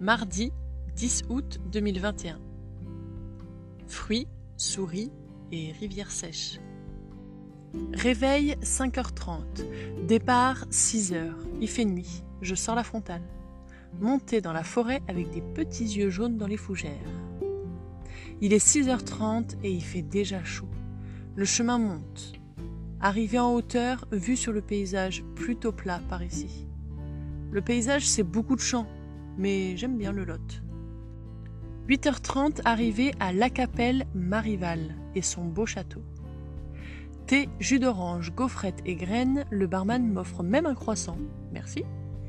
Mardi 10 août 2021. Fruits, souris et rivière sèche. Réveil 5h30. Départ 6h. Il fait nuit. Je sors la frontale. Montée dans la forêt avec des petits yeux jaunes dans les fougères. Il est 6h30 et il fait déjà chaud. Le chemin monte. Arrivé en hauteur, vue sur le paysage plutôt plat par ici. Le paysage, c'est beaucoup de champs, mais j'aime bien le Lot. 8h30, arrivé à La Capelle Marival et son beau château. Thé, jus d'orange, gaufrettes et graines, le barman m'offre même un croissant. Merci.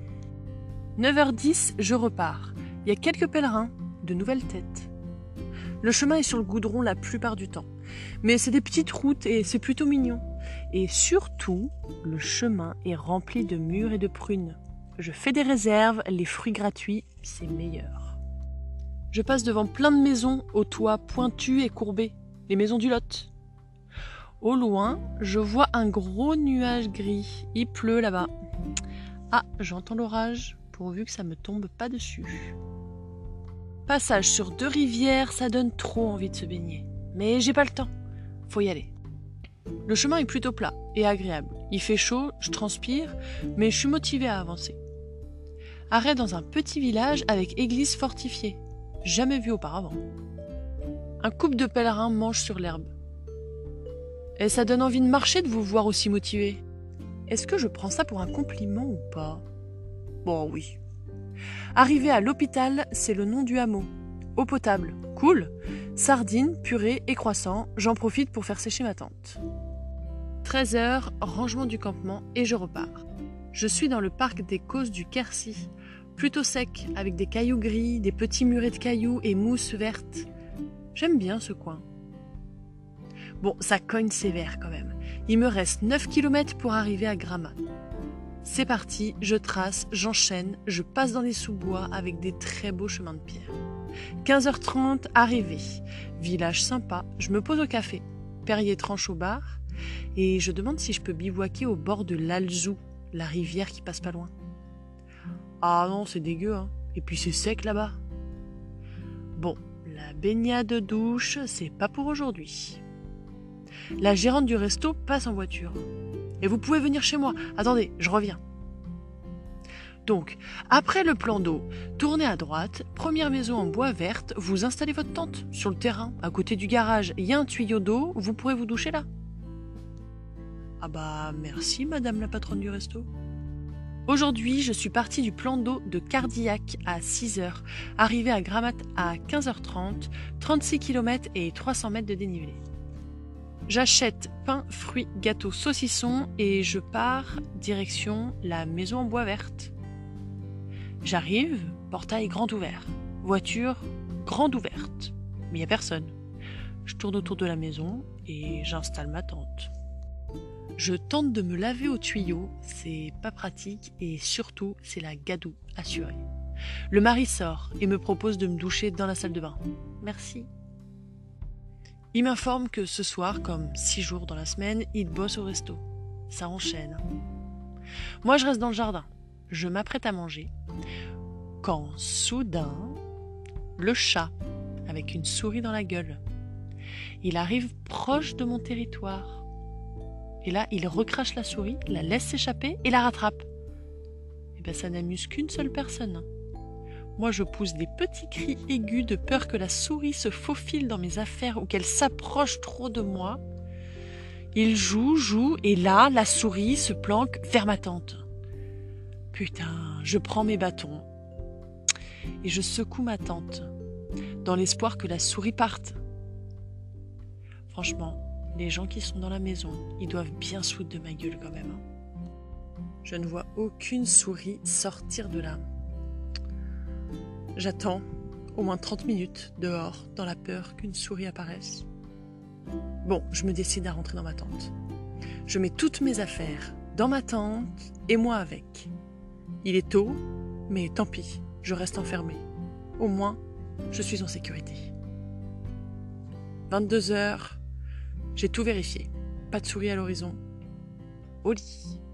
9h10, je repars. Il y a quelques pèlerins, de nouvelles têtes. Le chemin est sur le goudron la plupart du temps. Mais c'est des petites routes et c'est plutôt mignon. Et surtout, le chemin est rempli de mûres et de prunes. Je fais des réserves, les fruits gratuits, c'est meilleur. Je passe devant plein de maisons aux toits pointus et courbés, les maisons du Lot. Au loin, je vois un gros nuage gris. Il pleut là-bas. Ah, j'entends l'orage, pourvu que ça me tombe pas dessus. Passage sur 2 rivières, ça donne trop envie de se baigner. Mais j'ai pas le temps, faut y aller. Le chemin est plutôt plat et agréable. Il fait chaud, je transpire, mais je suis motivée à avancer. Arrêt dans un petit village avec église fortifiée. Jamais vu auparavant. Un couple de pèlerins mange sur l'herbe. Et ça donne envie de marcher de vous voir aussi motivé. Est-ce que je prends ça pour un compliment ou pas? Bon, oui. Arrivé à l'hôpital, c'est le nom du hameau. Eau potable, cool. Sardines, purée et croissants, j'en profite pour faire sécher ma tente. 13h, rangement du campement et je repars. Je suis dans le parc des Causses du Quercy, plutôt sec, avec des cailloux gris, des petits murets de cailloux et mousse verte. J'aime bien ce coin. Bon, ça cogne sévère quand même. Il me reste 9 km pour arriver à Gramat. C'est parti, je trace, j'enchaîne, je passe dans les sous-bois avec des très beaux chemins de pierre. 15h30, arrivée. Village sympa, je me pose au café. Perrier tranche au bar et je demande si je peux bivouaquer au bord de l'Alzou, la rivière qui passe pas loin. Ah non, c'est dégueu, hein. Et puis c'est sec là-bas. Bon, la baignade douche, c'est pas pour aujourd'hui. La gérante du resto passe en voiture. Et vous pouvez venir chez moi. Attendez, je reviens. Donc, après le plan d'eau, tournez à droite, première maison en bois verte, vous installez votre tente sur le terrain, à côté du garage. Il y a un tuyau d'eau, vous pourrez vous doucher là. Ah bah merci madame la patronne du resto. Aujourd'hui, je suis partie du plan d'eau de Cardillac à 6h, arrivée à Gramat à 15h30, 36 km et 300 mètres de dénivelé. J'achète pain, fruits, gâteaux, saucissons et je pars direction la maison en bois verte. J'arrive, portail grand ouvert, voiture grande ouverte, mais il n'y a personne. Je tourne autour de la maison et j'installe ma tente. Je tente de me laver au tuyau, c'est pas pratique et surtout c'est la gadoue assurée. Le mari sort et me propose de me doucher dans la salle de bain. Merci. Il m'informe que ce soir, comme 6 jours dans la semaine, il bosse au resto. Ça enchaîne. Moi je reste dans le jardin, je m'apprête à manger. Quand soudain, le chat, avec une souris dans la gueule, il arrive proche de mon territoire. Et là, il recrache la souris, la laisse s'échapper et la rattrape. Et ben ça n'amuse qu'une seule personne. Moi, je pousse des petits cris aigus de peur que la souris se faufile dans mes affaires ou qu'elle s'approche trop de moi. Il joue, et là, la souris se planque vers ma tente. Putain, je prends mes bâtons et je secoue ma tente, dans l'espoir que la souris parte. Franchement, les gens qui sont dans la maison, ils doivent bien se foutre de ma gueule quand même. Je ne vois aucune souris sortir de là. J'attends au moins 30 minutes dehors, dans la peur qu'une souris apparaisse. Bon, je me décide à rentrer dans ma tente. Je mets toutes mes affaires dans ma tente et moi avec. Il est tôt, mais tant pis, je reste enfermée. Au moins, je suis en sécurité. 22h, j'ai tout vérifié. Pas de souris à l'horizon. Au lit.